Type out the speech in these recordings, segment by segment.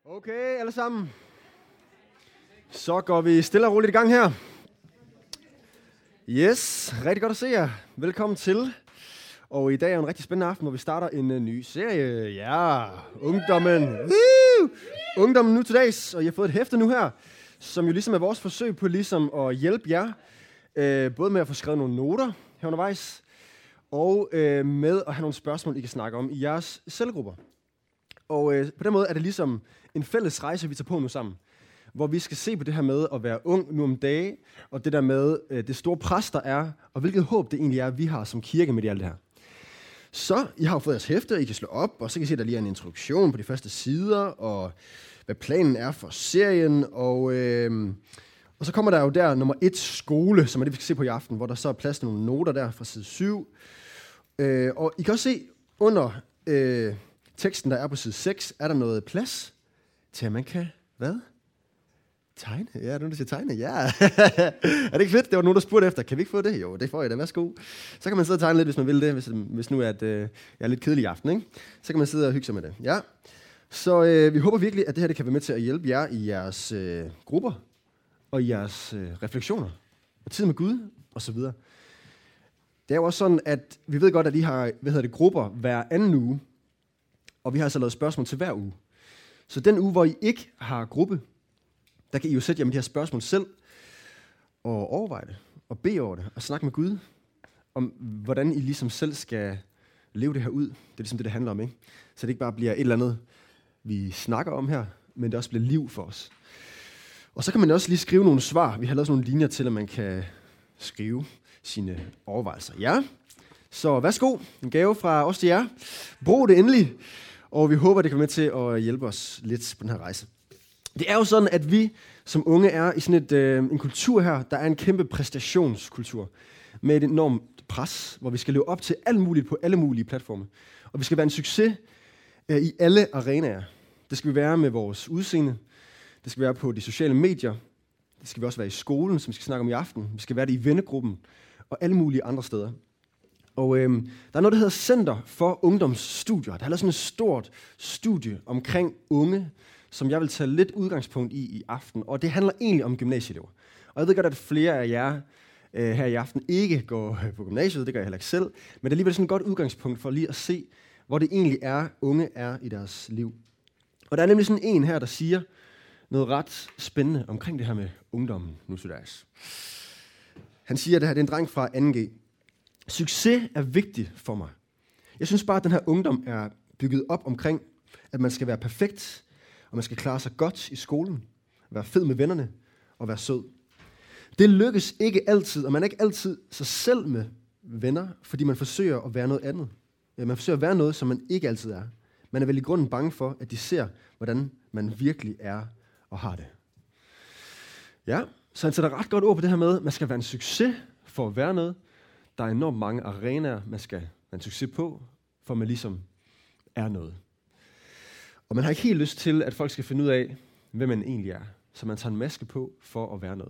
Okay, alle sammen. Så går vi stille og roligt i gang her. Yes, rigtig godt at se jer. Velkommen til. Og i dag er en rigtig spændende aften, hvor vi starter en ny serie. Ja, Ungdommen. Woo! Ungdommen nu til dags. Og I har fået et hæfte nu her, som jo ligesom er vores forsøg på ligesom at hjælpe jer. Både med at få skrevet nogle noter her undervejs, og med at have nogle spørgsmål, I kan snakke om i jeres cellegrupper. Og på den måde er det ligesom en fælles rejse, vi tager på nu sammen, hvor vi skal se på det her med at være ung nu om dage, og det der med det store pres, der er, og hvilket håb det egentlig er, vi har som kirke med i alt det her. Så I har jo fået jeres hæfte, I kan slå op, og så kan I se, at der lige er en introduktion på de første sider, og hvad planen er for serien, og så kommer der jo der nummer 1, skole, som er det, vi skal se på i aften, hvor der så er plads til nogle noter der fra side 7. Og I kan også se under teksten, der er på side 6, er der noget plads til, at man kan, hvad? Tegne? Ja, er der siger tegne? Ja. Er det ikke fedt? Det var nogen, der spurgte efter. Kan vi ikke få det? Jo, det får I da. Værsgo. Så kan man sidde og tegne lidt, hvis man vil det, hvis nu er jeg er lidt kedelig i aften, ikke? Så kan man sidde og hygge sig med det. Ja. Så vi håber virkelig, at det her det kan være med til at hjælpe jer i jeres grupper og i jeres refleksioner og tid med Gud og så videre. Det er jo også sådan, at vi ved godt, at I har grupper hver anden uge, og vi har altså lavet spørgsmål til hver uge. Så den uge, hvor I ikke har gruppe, der kan I jo sætte jer med de her spørgsmål selv, og overveje det, og bede over det, og snakke med Gud, om hvordan I ligesom selv skal leve det her ud. Det er ligesom det handler om, ikke? Så det ikke bare bliver et eller andet, vi snakker om her, men det også bliver liv for os. Og så kan man også lige skrive nogle svar. Vi har lavet sådan nogle linjer til, at man kan skrive sine overvejelser. Ja, så værsgo, en gave fra os til jer. Brug det endelig, og vi håber, det kan være med til at hjælpe os lidt på den her rejse. Det er jo sådan, at vi som unge er i sådan en kultur her, der er en kæmpe præstationskultur, med et enormt pres, hvor vi skal leve op til alt muligt på alle mulige platforme. Og vi skal være en succes i alle arenaer. Det skal vi være med vores udseende, det skal være på de sociale medier, det skal vi også være i skolen, som vi skal snakke om i aften, vi skal være det i vennegruppen og alle mulige andre steder. Og der er noget, der hedder Center for Ungdomsstudier. Der er lavet sådan et stort studie omkring unge, som jeg vil tage lidt udgangspunkt i aften. Og det handler egentlig om gymnasieelever. Og jeg ved godt, at flere af jer her i aften ikke går på gymnasiet, det gør jeg heller ikke selv. Men det er alligevel sådan et godt udgangspunkt for lige at se, hvor det egentlig er, unge er i deres liv. Og der er nemlig sådan en her, der siger noget ret spændende omkring det her med ungdommen nu til dags. Han siger, at det her det er en dreng fra 2G. Succes er vigtigt for mig. Jeg synes bare, at den her ungdom er bygget op omkring, at man skal være perfekt, og man skal klare sig godt i skolen, være fed med vennerne og være sød. Det lykkes ikke altid, og man er ikke altid sig selv med venner, fordi man forsøger at være noget andet. Man forsøger at være noget, som man ikke altid er. Man er vel i grunden bange for, at de ser, hvordan man virkelig er og har det. Ja, så han sætter ret godt ord på det her med, at man skal være en succes for at være noget. Der er enormt mange arenaer, man skal være en succes på, for man ligesom er noget. Og man har ikke helt lyst til, at folk skal finde ud af, hvem man egentlig er. Så man tager en maske på for at være noget.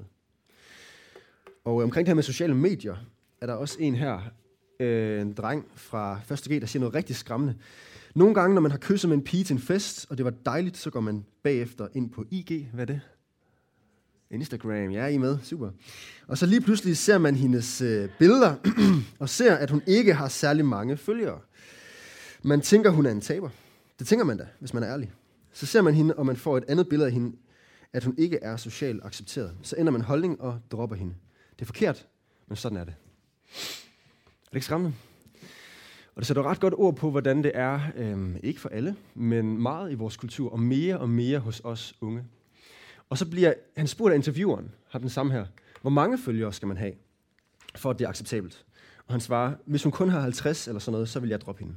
Og omkring det her med sociale medier, er der også en her, en dreng fra 1.G, der siger noget rigtig skræmmende. Nogle gange, når man har kysset med en pige til en fest, og det var dejligt, så går man bagefter ind på IG. Hvad er det? Instagram. Ja, I er med. Super. Og så lige pludselig ser man hendes billeder, og ser, at hun ikke har særlig mange følgere. Man tænker, hun er en taber. Det tænker man da, hvis man er ærlig. Så ser man hende, og man får et andet billede af hende, at hun ikke er socialt accepteret. Så ændrer man holdning og dropper hende. Det er forkert, men sådan er det. Er det ikke skræmmende? Og det sætter ret godt ord på, hvordan det er, ikke for alle, men meget i vores kultur, og mere hos os unge. Og så bliver han spurgt af intervieweren, har den samme her, hvor mange følgere skal man have, for at det er acceptabelt? Og han svarer, hvis hun kun har 50 eller sådan noget, så vil jeg droppe hende.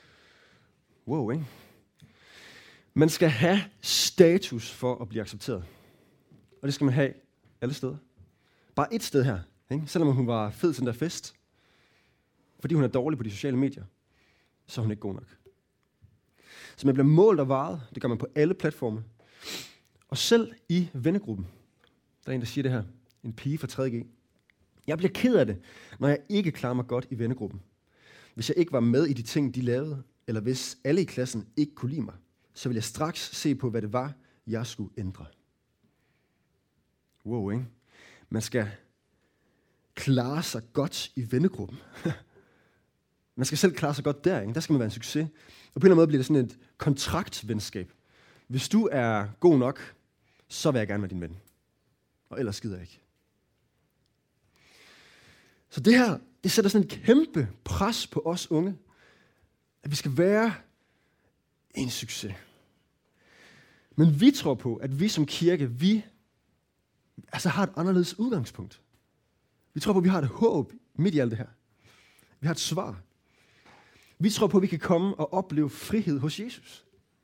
Wow, ikke? Man skal have status for at blive accepteret. Og det skal man have alle steder. Bare et sted her, ikke? Selvom hun var fed til den der fest, fordi hun er dårlig på de sociale medier, så er hun ikke god nok. Så man bliver målt og varet, det gør man på alle platforme. Og selv i vennegruppen, der er en, der siger det her, en pige fra 3.G. Jeg bliver ked af det, når jeg ikke klarer mig godt i vennegruppen. Hvis jeg ikke var med i de ting, de lavede, eller hvis alle i klassen ikke kunne lide mig, så ville jeg straks se på, hvad det var, jeg skulle ændre. Wow, ikke? Man skal klare sig godt i vennegruppen. Man skal selv klare sig godt der, ikke? Der skal man være en succes. Og på en eller anden måde bliver det sådan et kontraktvenskab. Hvis du er god nok, så vil jeg gerne være din ven. Og ellers gider jeg ikke. Så det her, det sætter sådan et kæmpe pres på os unge, at vi skal være en succes. Men vi tror på, at vi som kirke, vi har et anderledes udgangspunkt. Vi tror på, at vi har et håb midt i alt det her. Vi har et svar. Vi tror på, at vi kan komme og opleve frihed hos Jesus.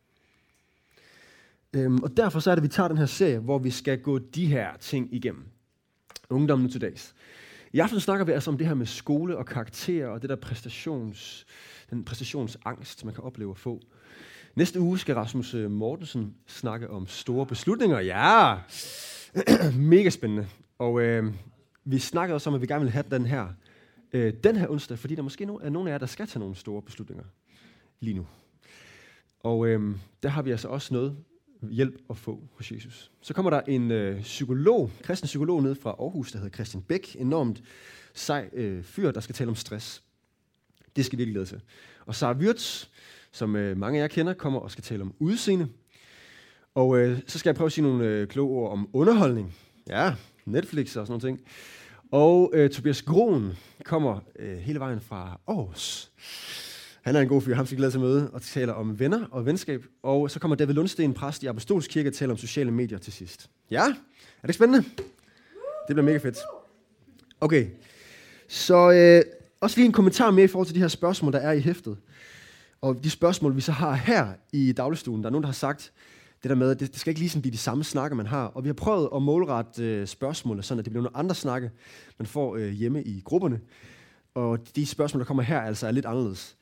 Og derfor så er det, at vi tager den her serie, hvor vi skal gå de her ting igennem. Ungdom nu til dags. I aften snakker vi altså om det her med skole og karakterer, og det der den præstationsangst, man kan opleve at få. Næste uge skal Rasmus Mortensen snakke om store beslutninger. Ja, mega spændende. Og vi snakkede også om, at vi gerne vil have den her onsdag, fordi der måske er nogle af jer, der skal tage nogle store beslutninger lige nu. Og der har vi altså også noget hjælp at få hos Jesus. Så kommer der en kristen psykolog ned fra Aarhus, der hedder Christian Bæk. Enormt sej fyr, der skal tale om stress. Det skal vi virkelig glæde til. Og Sara Wirtz, som mange af jer kender, kommer og skal tale om udseende. Og så skal jeg prøve at sige nogle kloge ord om underholdning. Ja, Netflix og sådan noget ting. Og Tobias Groen kommer hele vejen fra Aarhus. Han er en god fyr, ham skal glæde til at møde og taler om venner og venskab. Og så kommer David Lundsten, præst i Apostolsk Kirke, og taler om sociale medier til sidst. Ja, er det ikke spændende? Det bliver mega fedt. Okay, så også lige en kommentar mere i forhold til de her spørgsmål, der er i hæftet. Og de spørgsmål, vi så har her i dagligstuen, der er nogen, der har sagt det der med, at det skal ikke lige sådan blive de samme snakke, man har. Og vi har prøvet at målrette spørgsmålene, sådan at det bliver nogle andre snakke, man får hjemme i grupperne. Og de spørgsmål, der kommer her, altså er lidt anderledes.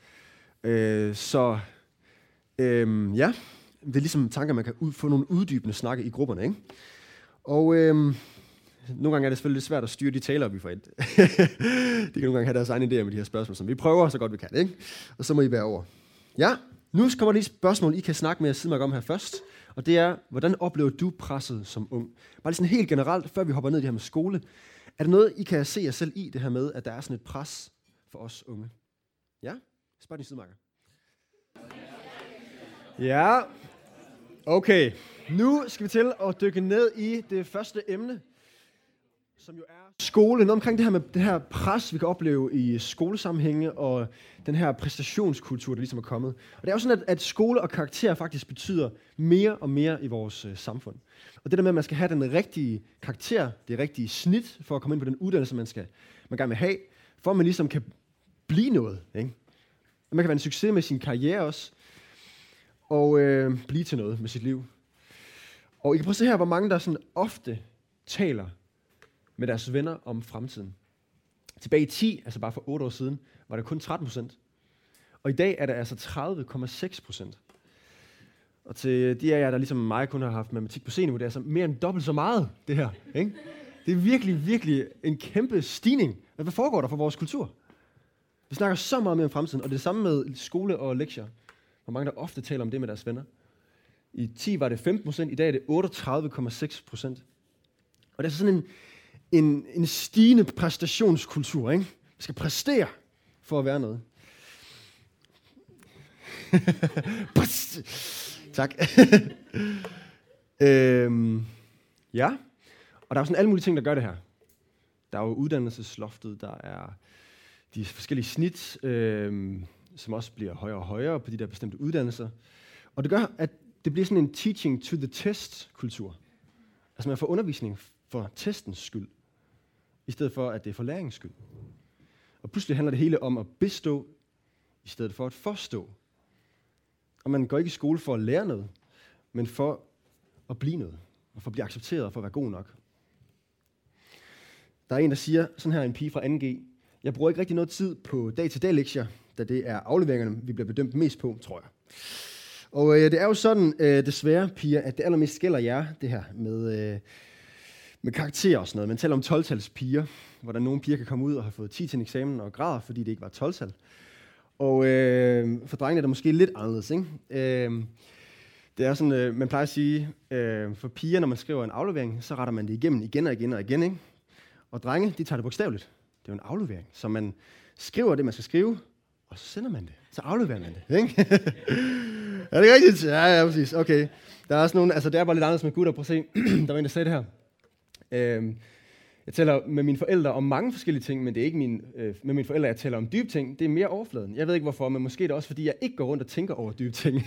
Ja, det er ligesom tanker, man kan få nogle uddybende snakke i grupperne, ikke? Og nogle gange er det selvfølgelig lidt svært at styre de taler, vi får ind. De kan nogle gange have deres egne idéer med de her spørgsmål, som vi prøver så godt vi kan, ikke? Og så må I være over. Ja, nu kommer der lige spørgsmål, I kan snakke med Sidmark om her først. Og det er, hvordan oplever du presset som ung? Bare lige sådan helt generelt, før vi hopper ned i det her med skole. Er det noget, I kan se jer selv i, det her med, at der er sådan et pres for os unge? Ja? Spørg din Sidmarker. Ja, okay. Nu skal vi til at dykke ned i det første emne, som jo er skole. Noget omkring det her med det her pres, vi kan opleve i skolesammenhænge, og den her præstationskultur, der ligesom er kommet. Og det er jo sådan, at skole og karakter faktisk betyder mere og mere i vores samfund. Og det der med, at man skal have den rigtige karakter, det rigtige snit, for at komme ind på den uddannelse, man gerne vil have, for at man ligesom kan blive noget, ikke? Og man kan være en succes med sin karriere også, og blive til noget med sit liv. Og I kan prøve at se her, hvor mange der sådan ofte taler med deres venner om fremtiden. Tilbage i 10, altså bare for 8 år siden, var det kun 13%. Og i dag er det altså 30,6%. Og til de af jer, der ligesom mig kun har haft matematik på C-niveau, det er altså mere end dobbelt så meget, det her. Ikke? Det er virkelig, virkelig en kæmpe stigning. Hvad foregår der for vores kultur? Vi snakker så meget mere om fremtiden, og det er det samme med skole og lektier. Hvor mange der ofte taler om det med deres venner. I 10 var det 15%, i dag er det 38,6%. Og det er sådan en stigende præstationskultur, ikke? Vi skal præstere for at være noget. Tak. Ja, og der er jo sådan alle mulige ting, der gør det her. Der er jo uddannelsesloftet, der er de forskellige snit, som også bliver højere og højere på de der bestemte uddannelser. Og det gør, at det bliver sådan en teaching to the test-kultur. Altså man får undervisning for testens skyld, i stedet for, at det er for læringens skyld. Og pludselig handler det hele om at bestå, i stedet for at forstå. Og man går ikke i skole for at lære noget, men for at blive noget, og for at blive accepteret, og for at være god nok. Der er en, der siger, sådan her en pige fra 2G, jeg bruger ikke rigtig noget tid på dag-til-dag lektier, da det er afleveringerne, vi bliver bedømt mest på, tror jeg. Og det er jo sådan, desværre, piger, at det allermest gælder jer, det her med karakterer og sådan noget. Man taler om 12-tals piger, hvordan nogle piger kan komme ud og have fået 10 til en eksamen og græder, fordi det ikke var 12-tal. Og for drengene er det måske lidt anderledes, ikke? Det er sådan, man plejer at sige, for piger, når man skriver en aflevering, så retter man det igennem igen og igen og igen, ikke? Og drenge, de tager det bogstaveligt. Det er jo en aflevering, så man skriver det, man skal skrive, og så sender man det. Så afleverer man det, ikke? Er det rigtigt? Ja, præcis. Okay. Der er også nogle, altså det er bare lidt anderledes med gutter. Prøv at se, der var en, der sagde det her. Jeg taler med mine forældre om mange forskellige ting, men det er ikke med mine forældre, jeg taler om dybe ting. Det er mere overfladen. Jeg ved ikke hvorfor, men måske er det også, fordi jeg ikke går rundt og tænker over dybe ting.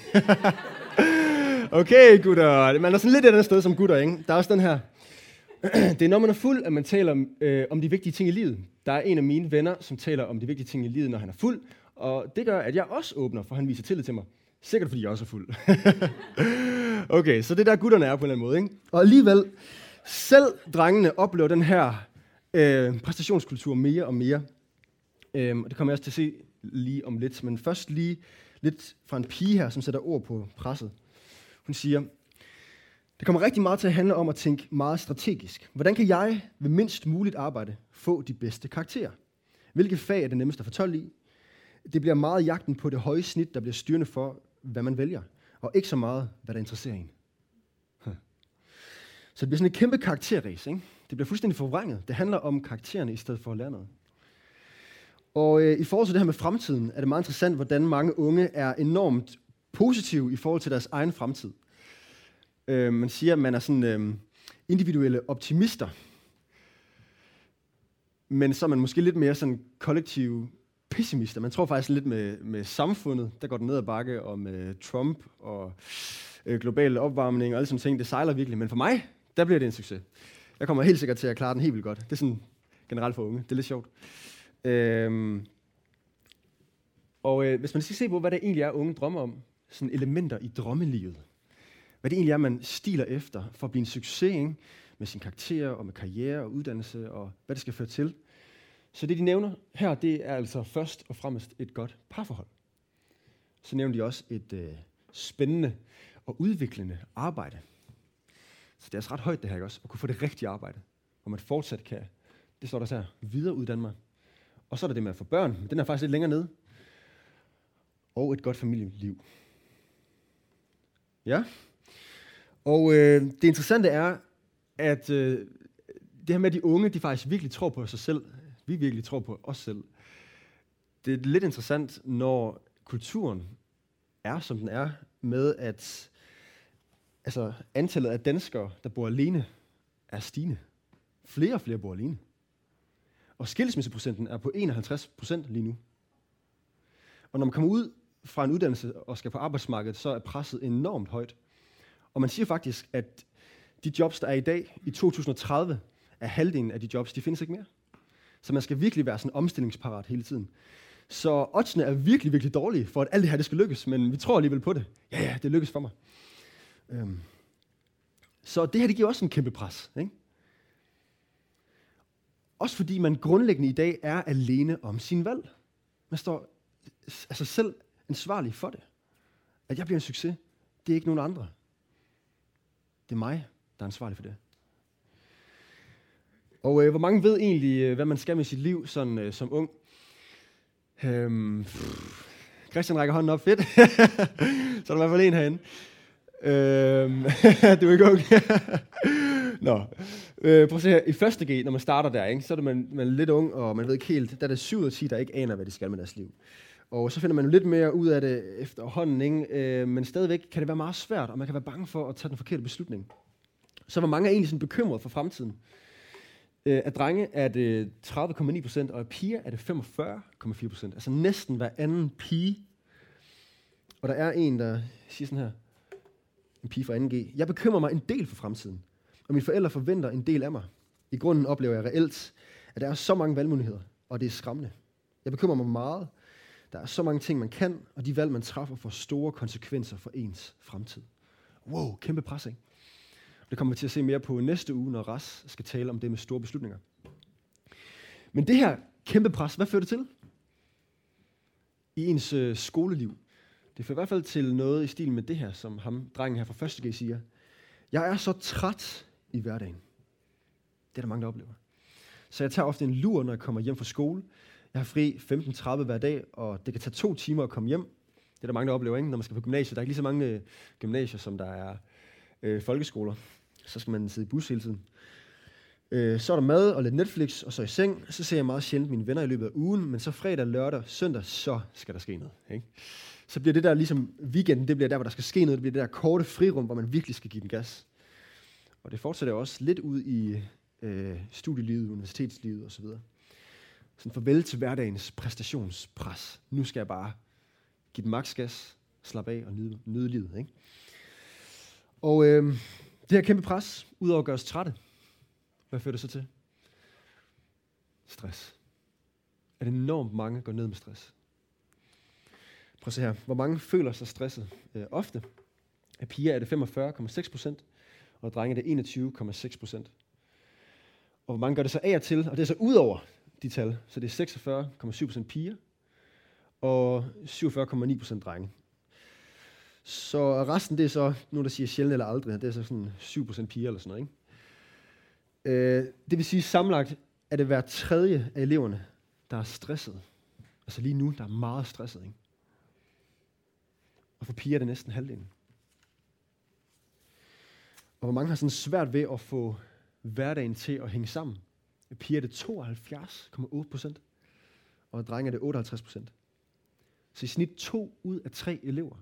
Okay, gutter. Man er sådan lidt et andet sted som gutter, ikke? Der er også den her. Det er når man er fuld, at man taler om de vigtige ting i livet. Der er en af mine venner, som taler om de vigtige ting i livet, når han er fuld. Og det gør, at jeg også åbner, for han viser tillid til mig. Sikkert fordi jeg også er fuld. Okay, så det der gutterne er på en eller anden måde, ikke? Og alligevel, selv drengene oplever den her præstationskultur mere og mere. Og det kommer jeg også til at se lige om lidt. Men først lige lidt fra en pige her, som sætter ord på presset. Hun siger, det kommer rigtig meget til at handle om at tænke meget strategisk. Hvordan kan jeg ved mindst muligt arbejde få de bedste karakterer? Hvilke fag er det nemmest at få 12 i? Det bliver meget jagten på det høje snit, der bliver styrende for, hvad man vælger. Og ikke så meget, hvad der interesserer en. Så det bliver sådan et kæmpe karakterræs, ikke? Det bliver fuldstændig forvrænget. Det handler om karaktererne i stedet for at lære noget. Og i forhold til det her med fremtiden, er det meget interessant, hvordan mange unge er enormt positive i forhold til deres egen fremtid. Man siger, at man er sådan individuelle optimister. Men så er man måske lidt mere sådan kollektive pessimister. Man tror faktisk lidt med samfundet, der går den ned ad bakke, og med Trump og global opvarmning og alle sådan ting. Det sejler virkelig. Men for mig, der bliver det en succes. Jeg kommer helt sikkert til at klare den helt vildt godt. Det er sådan generelt for unge. Det er lidt sjovt. Hvis man skal se på, hvad det egentlig er, unge drømmer om, sådan elementer i drømmelivet. Hvad det egentlig er, man stiler efter for at blive en succes, ikke? Med sine karakterer og med karriere og uddannelse og hvad det skal føre til. Så det, de nævner her, det er altså først og fremmest et godt parforhold. Så nævner de også et spændende og udviklende arbejde. Så det er altså ret højt det her, ikke også? At kunne få det rigtige arbejde, hvor man fortsat kan, det står der så her, videreuddanne mig. Og så er der det med at få børn, men den er faktisk lidt længere nede. Og et godt familieliv. Ja. Og det interessante er, at det her med, at de unge, de faktisk virkelig tror på sig selv. Vi virkelig tror på os selv. Det er lidt interessant, når kulturen er, som den er, med at altså, antallet af danskere, der bor alene, er stigende. Flere og flere bor alene. Og skilsmisseprocenten er på 51% lige nu. Og når man kommer ud fra en uddannelse og skal på arbejdsmarkedet, så er presset enormt højt. Og man siger faktisk, at de jobs, der er i dag, i 2030, er halvdelen af de jobs, de findes ikke mere. Så man skal virkelig være sådan omstillingsparat hele tiden. Så oddsene er virkelig, virkelig dårlige for, at alt det her det skal lykkes, men vi tror alligevel på det. Ja, det lykkes for mig. Så det her, det giver også en kæmpe pres, ikke? Også fordi man grundlæggende i dag er alene om sin valg. Man står altså selv ansvarlig for det. At jeg bliver en succes, det er ikke nogen andre. Det er mig, der er ansvarlig for det. Og hvor mange ved egentlig, hvad man skal med sit liv sådan, som ung? Christian rækker hånden op, fedt. Så er der i hvert fald en herinde. Du er ikke ung. Nå. Prøv at se her. I første G, når man starter der, ikke, så er man lidt ung, og man ved ikke helt, der er det 7 ud af 10, der ikke aner, hvad de skal med deres liv. Og så finder man jo lidt mere ud af det efterhånden, ikke? Men stadigvæk kan det være meget svært, og man kan være bange for at tage den forkerte beslutning. Så var mange egentlig sådan bekymrede for fremtiden. Af drenge er det 30,9%, og af piger er det 45,4%. Altså næsten hver anden pige. Og der er en, der siger sådan her, en pige fra 2G. Jeg bekymrer mig en del for fremtiden, og mine forældre forventer en del af mig. I grunden oplever jeg reelt, at der er så mange valgmuligheder, og det er skræmmende. Jeg bekymrer mig meget. Der er så mange ting, man kan, og de valg, man træffer, får store konsekvenser for ens fremtid. Wow, kæmpe pres, ikke? Det kommer vi til at se mere på næste uge, når Ras skal tale om det med store beslutninger. Men det her kæmpe pres, hvad fører det til? I ens skoleliv. Det fører i hvert fald til noget i stil med det her, som drengen her fra 1. G siger. Jeg er så træt i hverdagen. Det er der mange, der oplever. Så jeg tager ofte en lur, når jeg kommer hjem fra skole. Jeg har fri 15:30 hver dag, og det kan tage 2 timer at komme hjem. Det er der mange, der oplever, ikke? Når man skal på gymnasiet. Der er ikke lige så mange gymnasier, som der er folkeskoler. Så skal man sidde i bus hele tiden. Så er der mad og lidt Netflix, og så i seng. Så ser jeg meget sjældent mine venner i løbet af ugen, men så fredag, lørdag, søndag, så skal der ske noget. Ikke? Så bliver det der ligesom weekenden, det bliver der, hvor der skal ske noget. Det bliver det der korte frirum, hvor man virkelig skal give den gas. Og det fortsætter også lidt ud i studielivet, universitetslivet osv. Sådan farvel til hverdagens præstationspres. Nu skal jeg bare give den maks gas, slappe af og nyde livet. Ikke? Og det her kæmpe pres, udover at gøre os trætte, hvad fører det så til? Stress. At enormt mange går ned med stress. Prøv at se her. Hvor mange føler sig stresset? Ofte. Af piger er det 45,6%, og af drenge er det 21,6%. Og hvor mange gør det så af og til? Og det er så ud over de tal. Så det er 46,7% piger, og 47,9% drenge. Så resten, det er så, nu der siger sjældent eller aldrig, det er så sådan 7% piger eller sådan noget, ikke? Det vil sige, sammenlagt er det hver tredje af eleverne, der er stresset. Altså lige nu, der er meget stresset, ikke? Og for piger er det næsten halvdelen. Og hvor mange har sådan svært ved at få hverdagen til at hænge sammen? Piger er det 72,8%, og drenge er det 58%. Så i snit 2 ud af 3 elever.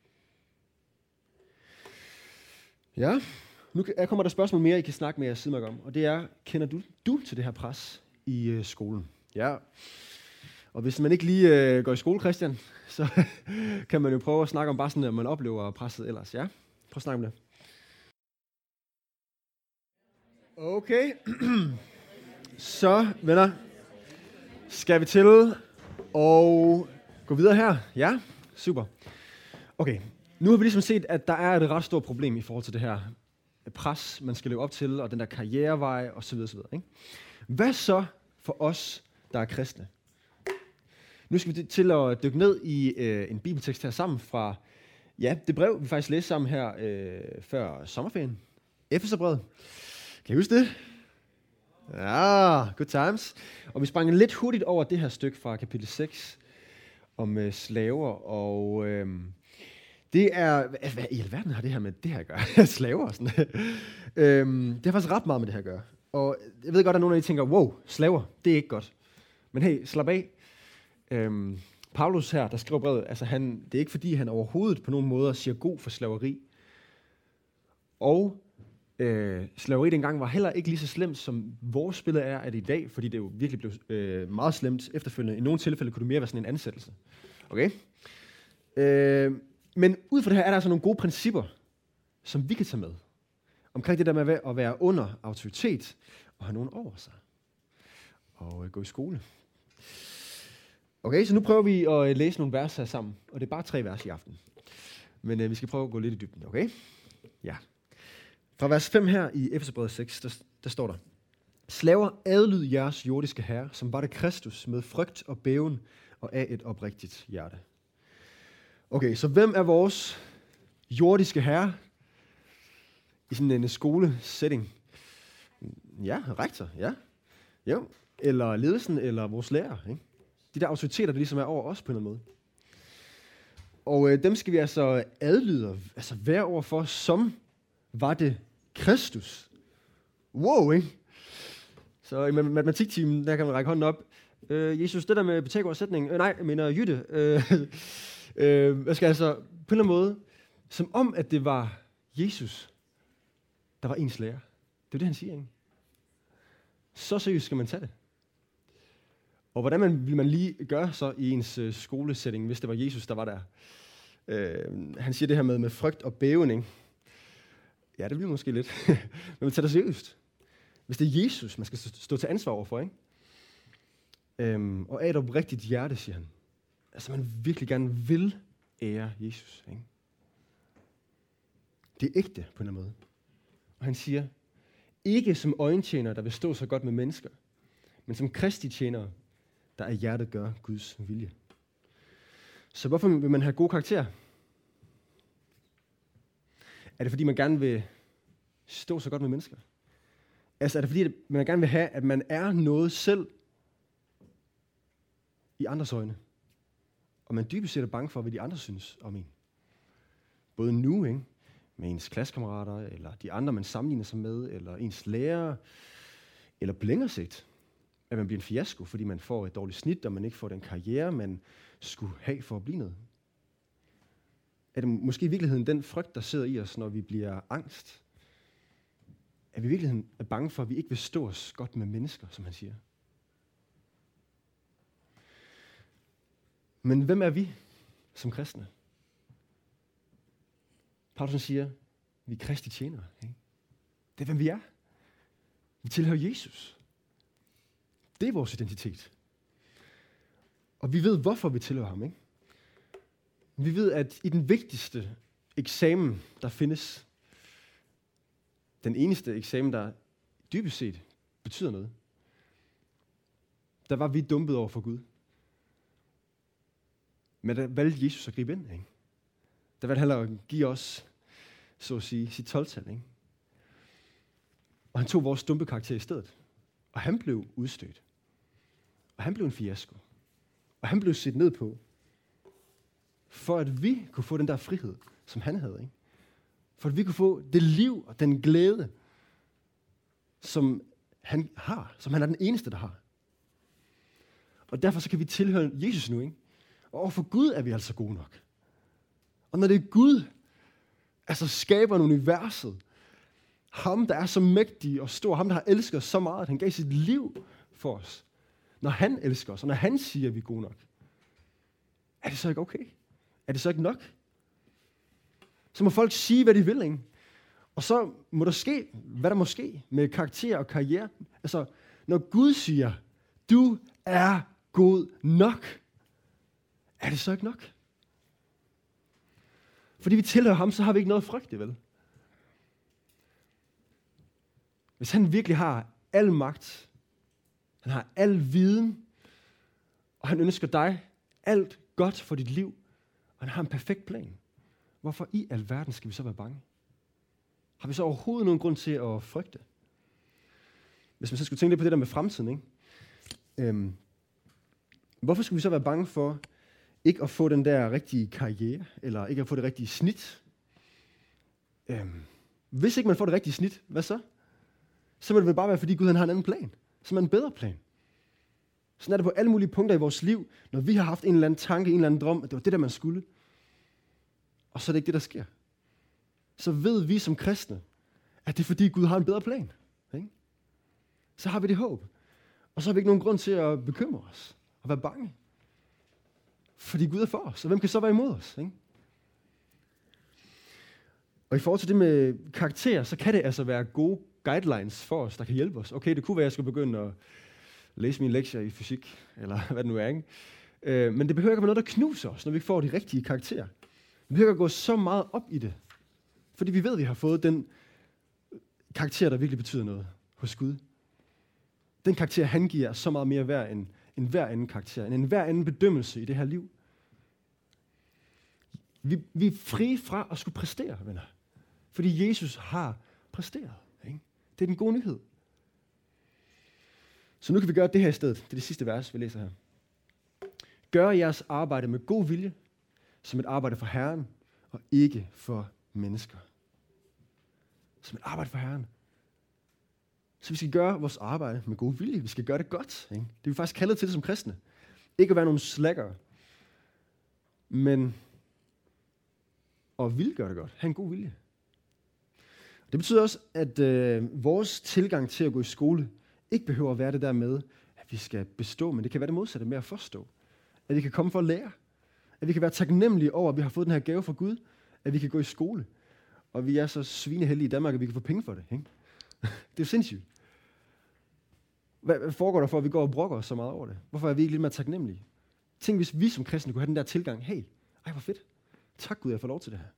Ja, nu kommer der spørgsmål mere, I kan snakke med jer Sidmark om, og det er, kender du til det her pres i skolen? Ja, og hvis man ikke lige går i skole, Christian, så kan man jo prøve at snakke om bare sådan, at man oplever presset ellers. Ja, prøv at snakke om det. Okay, så venner, skal vi til og gå videre her? Ja, super. Okay, nu har vi ligesom set, at der er et ret stort problem i forhold til det her pres, man skal leve op til, og den der karrierevej osv. Ikke? Hvad så for os, der er kristne? Nu skal vi til at dykke ned i en bibeltekst her sammen fra, ja, det brev, vi faktisk læste sammen her før sommerferien. Efeserbrevet. Kan I huske det? Ja, good times. Og vi sprang lidt hurtigt over det her stykke fra kapitel 6 om slaver, og det er, hvad i alverden har det her med det her at gøre? Slaver og sådan det har faktisk ret meget med det her at gøre. Og jeg ved godt, at nogle af jer tænker, wow, slaver, det er ikke godt. Men hey, slap af. Paulus her, der skriver brevet, altså det er ikke fordi, han overhovedet på nogen måde siger god for slaveri. Og slaveri dengang var heller ikke lige så slemt, som vores billede er af det i dag, fordi det jo virkelig blev meget slemt efterfølgende. I nogle tilfælde kunne det mere være sådan en ansættelse. Okay? Men ud fra det her er der altså nogle gode principper, som vi kan tage med. Omkring det der med at være under autoritet og have nogen over sig. Og gå i skole. Okay, så nu prøver vi at læse nogle vers her sammen. Og det er bare 3 vers i aften. Men vi skal prøve at gå lidt i dybden, okay? Ja. Fra vers 5 her i Efeserbrevet 6, der står der: Slaver, adlyd jeres jordiske herre, som var det Kristus, med frygt og bæven og af et oprigtigt hjerte. Okay, så hvem er vores jordiske herre i sådan en skolesetting? Ja, rektor, ja. Jo, eller ledelsen, eller vores lærer, ikke? De der autoriteter, der ligesom er over os på en eller anden måde. Og dem skal vi altså adlyde, altså være overfor, som var det Kristus. Wow, ikke? Så i matematiktimen, der kan man række hånden op. Jesus, det der med Pythagoras sætning, nej, jeg mener Jytte. Hvad skal altså, på en eller anden måde, som om, at det var Jesus, der var ens lærer. Det er det, han siger, ikke? Så seriøst skal man tage det. Og hvordan vil man lige gøre så i ens skolesætning, hvis det var Jesus, der var der? Han siger det her med frygt og bæven, ikke? Ja, det bliver måske lidt. Men man tager det seriøst. Hvis det er Jesus, man skal stå til ansvar overfor, ikke? Og af et oprigtigt hjerte, siger han. Altså, man virkelig gerne vil ære Jesus, ikke? Det er ægte på en eller anden måde. Og han siger, ikke som øjentjenere, der vil stå så godt med mennesker, men som Kristi tjenere, der af hjertet gør Guds vilje. Så hvorfor vil man have gode karakterer? Er det fordi, man gerne vil stå så godt med mennesker? Altså er det fordi, man gerne vil have, at man er noget selv i andres øjne? og man dybest set er bange for, hvad de andre synes om en. Både nu, ikke? Med ens klassekammerater, eller de andre, man sammenligner sig med, eller ens lærer, eller på længere sigt, at man bliver en fiasko, fordi man får et dårligt snit, og man ikke får den karriere, man skulle have for at blive noget. Er det måske i virkeligheden den frygt, der sidder i os, når vi bliver angst? Er vi i virkeligheden bange for, at vi ikke vil stå os godt med mennesker, som han siger? Men hvem er vi som kristne? Paulus siger, vi er Kristi tjenere. Ikke? Det er, hvem vi er. Vi tilhører Jesus. Det er vores identitet. Og vi ved, hvorfor vi tilhører ham. Ikke? Vi ved, at i den vigtigste eksamen, der findes, den eneste eksamen, der dybest set betyder noget, der var vi dumpet over for Gud. Men der valgte Jesus at gribe ind. Ikke? Der valgte han at give os, så at sige, sit 12-tal. Ikke? Og han tog vores dumpe karakter i stedet. Og han blev udstødt. Og han blev en fiasko. Og han blev set ned på. For at vi kunne få den der frihed, som han havde. Ikke? For at vi kunne få det liv og den glæde, som han har. Som han er den eneste, der har. Og derfor så kan vi tilhøre Jesus nu. Ikke? Og overfor Gud er vi altså gode nok. Og når det er Gud, altså skaber universet, ham, der er så mægtig og stor, ham, der har elsket os så meget, at han gav sit liv for os. Når han elsker os, og når han siger, at vi er gode nok, er det så ikke okay? Er det så ikke nok? Så må folk sige, hvad de vil, ikke? Og så må der ske, hvad der må ske med karakter og karriere. Altså, når Gud siger, du er god nok, er det så ikke nok? Fordi vi tilhører ham, så har vi ikke noget at frygte, vel? Hvis han virkelig har al magt, han har al viden, og han ønsker dig alt godt for dit liv, og han har en perfekt plan, hvorfor i alverden skal vi så være bange? Har vi så overhovedet nogen grund til at frygte? Hvis man så skulle tænke lidt på det der med fremtiden, ikke? Hvorfor skulle vi så være bange for ikke at få den der rigtige karriere, eller ikke at få det rigtige snit? Hvis ikke man får det rigtige snit, hvad så? Så må det vel bare være, fordi Gud han har en anden plan, som er en bedre plan. Sådan er det på alle mulige punkter i vores liv, når vi har haft en eller anden tanke, en eller anden drøm, at det var det, der man skulle. Og så er det ikke det, der sker. Så ved vi som kristne, at det er fordi Gud har en bedre plan. Ikke? Så har vi det håb. Og så har vi ikke nogen grund til at bekymre os og være bange. Fordi Gud er for os, og hvem kan så være imod os? Ikke? Og i forhold til det med karakter, så kan det altså være gode guidelines for os, der kan hjælpe os. Okay, det kunne være, at jeg skulle begynde at læse mine lektier i fysik, eller hvad det nu er. Ikke? Men det behøver ikke at være noget, der knuser os, når vi får de rigtige karakterer. Vi behøver ikke at gå så meget op i det, fordi vi ved, at vi har fået den karakter, der virkelig betyder noget hos Gud. Den karakter, han giver, er så meget mere værd end hver anden karakter, end hver anden bedømmelse i det her liv. Vi er frie fra at skulle præstere, venner. Fordi Jesus har præsteret. Ikke? Det er den gode nyhed. Så nu kan vi gøre det her i stedet. Det er det sidste vers, vi læser her. Gør jeres arbejde med god vilje, som et arbejde for Herren, og ikke for mennesker. Som et arbejde for Herren. Så vi skal gøre vores arbejde med god vilje. Vi skal gøre det godt. Ikke? Det er vi faktisk kaldet til det som kristne. Ikke at være nogle slackere, men at ville gøre det godt. Ha' en god vilje. Det betyder også, at vores tilgang til at gå i skole ikke behøver at være det der med, at vi skal bestå, men det kan være det modsatte med at forstå. At vi kan komme for at lære. At vi kan være taknemmelige over, at vi har fået den her gave fra Gud. At vi kan gå i skole. Og vi er så svineheldige i Danmark, at vi kan få penge for det. Ikke? Det er jo sindssygt. Hvad foregår der for, at vi går og brokker os så meget over det? Hvorfor er vi ikke lidt mere taknemmelige? Tænk, hvis vi som kristne kunne have den der tilgang. Hey, hvor fedt. Tak Gud, jeg får lov til det her.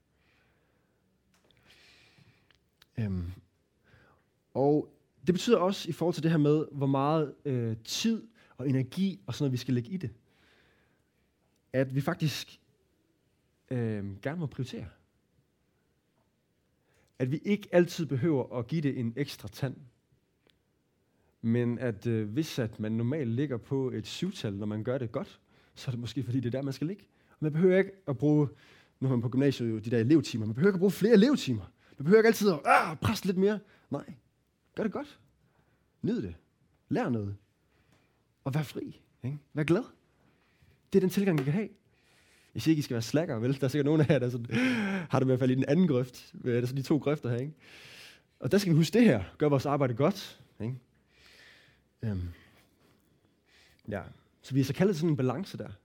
Og det betyder også i forhold til det her med, hvor meget tid og energi og sådan noget, vi skal lægge i det. At vi faktisk gerne må prioritere. At vi ikke altid behøver at give det en ekstra tand. Men at hvis at man normalt ligger på et 7-tal, når man gør det godt, så er det måske fordi, det er der, man skal ligge. Man behøver ikke at bruge, nu har man på gymnasiet jo de der elevtimer, man behøver ikke at bruge flere elevtimer. Man behøver ikke altid at presse lidt mere. Nej, gør det godt. Nyd det. Lær noget. Og vær fri. Ikke? Vær glad. Det er den tilgang, vi kan have. Jeg siger ikke, I skal være slackere, vel? Der er sikkert nogen af jer, der sådan, har det i hvert fald i den anden grøft. Der er sådan de 2 grøfter her, ikke? Og der skal vi huske det her. Gør vores arbejde godt. Ikke? Ja. Så vi er så kaldet sådan en balance der.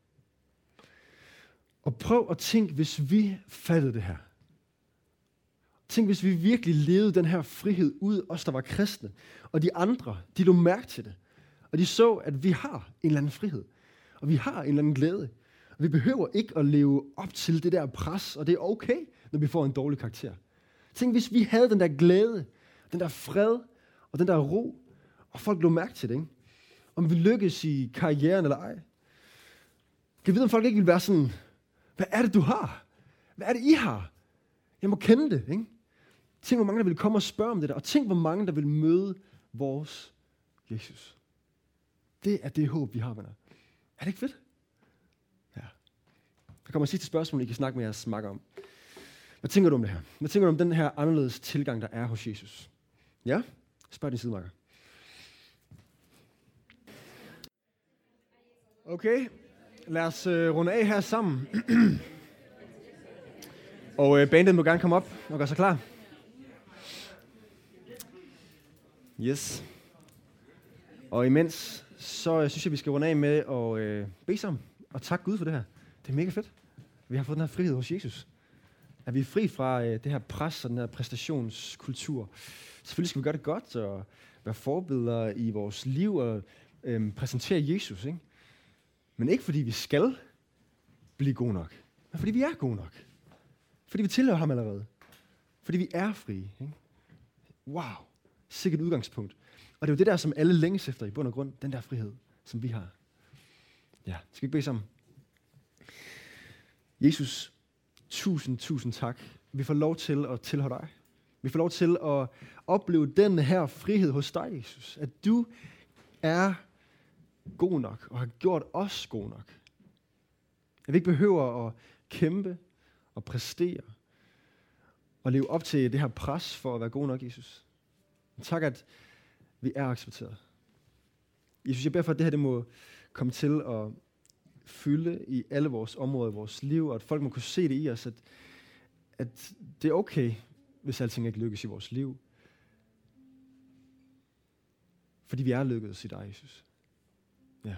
Og prøv at tænke, hvis vi fattede det her. Tænk, hvis vi virkelig levede den her frihed ud, os der var kristne. Og de andre, de lå mærke til det. Og de så, at vi har en eller anden frihed. Og vi har en eller anden glæde. Og vi behøver ikke at leve op til det der pres, og det er okay, når vi får en dårlig karakter. Tænk, hvis vi havde den der glæde, den der fred, og den der ro, og folk lå mærke til det, ikke? Om vi lykkes i karrieren eller ej. Kan jeg vide, om folk ikke vil være sådan, hvad er det, du har? Hvad er det, I har? Jeg må kende det, ikke? Tænk, hvor mange, der vil komme og spørge om det der, og tænk, hvor mange, der vil møde vores Jesus. Det er det håb, vi har, venner. Er det ikke fedt? Ja. Der kommer et sidste spørgsmål, I kan snakke med jeres makker om. Hvad tænker du om det her? Hvad tænker du om den her anderledes tilgang, der er hos Jesus? Ja? Spørg din sidemakker. Okay, lad os runde af her sammen. Og bandet må gerne komme op og gøre sig klar. Yes. Og imens, så synes jeg, vi skal runde af med at bede sammen. Og tak Gud for det her. Det er mega fedt. Vi har fået den her frihed hos Jesus. At vi er fri fra det her pres og den her præstationskultur. Selvfølgelig skal vi gøre det godt og være forbilleder i vores liv og præsentere Jesus, ikke? Men ikke fordi vi skal blive gode nok, men fordi vi er gode nok. Fordi vi tilhører ham allerede. Fordi vi er frie. Ikke? Wow, sikkert udgangspunkt. Og det er jo det der, som alle længes efter i bund og grund, den der frihed, som vi har. Ja, skal vi bede sammen? Jesus, tusind tak. Vi får lov til at tilhøre dig. Vi får lov til at opleve den her frihed hos dig, Jesus. At du er god nok, og har gjort os god nok. At vi ikke behøver at kæmpe og præstere, og leve op til det her pres for at være god nok, Jesus. Tak, at vi er accepteret. Jesus, jeg beder for, at det her det må komme til at fylde i alle vores områder i vores liv, og at folk må kunne se det i os, at det er okay, hvis alting ikke lykkes i vores liv. Fordi vi er lykkedes i dig, Jesus. Ja.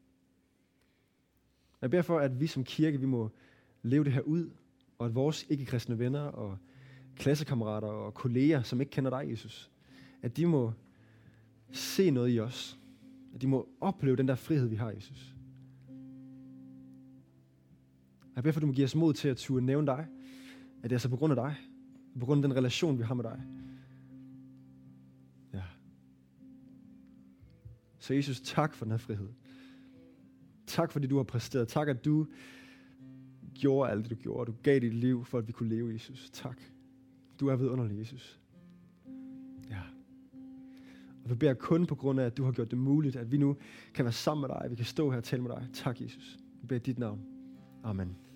Jeg beder for, at vi som kirke, vi må leve det her ud, og at vores ikke-kristne venner og klassekammerater og kolleger, som ikke kender dig, Jesus, at de må se noget i os. At de må opleve den der frihed, vi har, Jesus. Jeg beder for, at du må give os mod til at turde nævne dig, at det er så på grund af dig, på grund af den relation, vi har med dig. Ja. Så Jesus, tak for den her frihed. Tak fordi du har præsteret. Tak at du gjorde alt det du gjorde. Du gav dit liv for at vi kunne leve, Jesus. Tak. Du er vidunderlig, Jesus. Ja. Og vi beder kun på grund af at du har gjort det muligt, at vi nu kan være sammen med dig. Vi kan stå her og tale med dig. Tak, Jesus. Vi beder dit navn. Amen.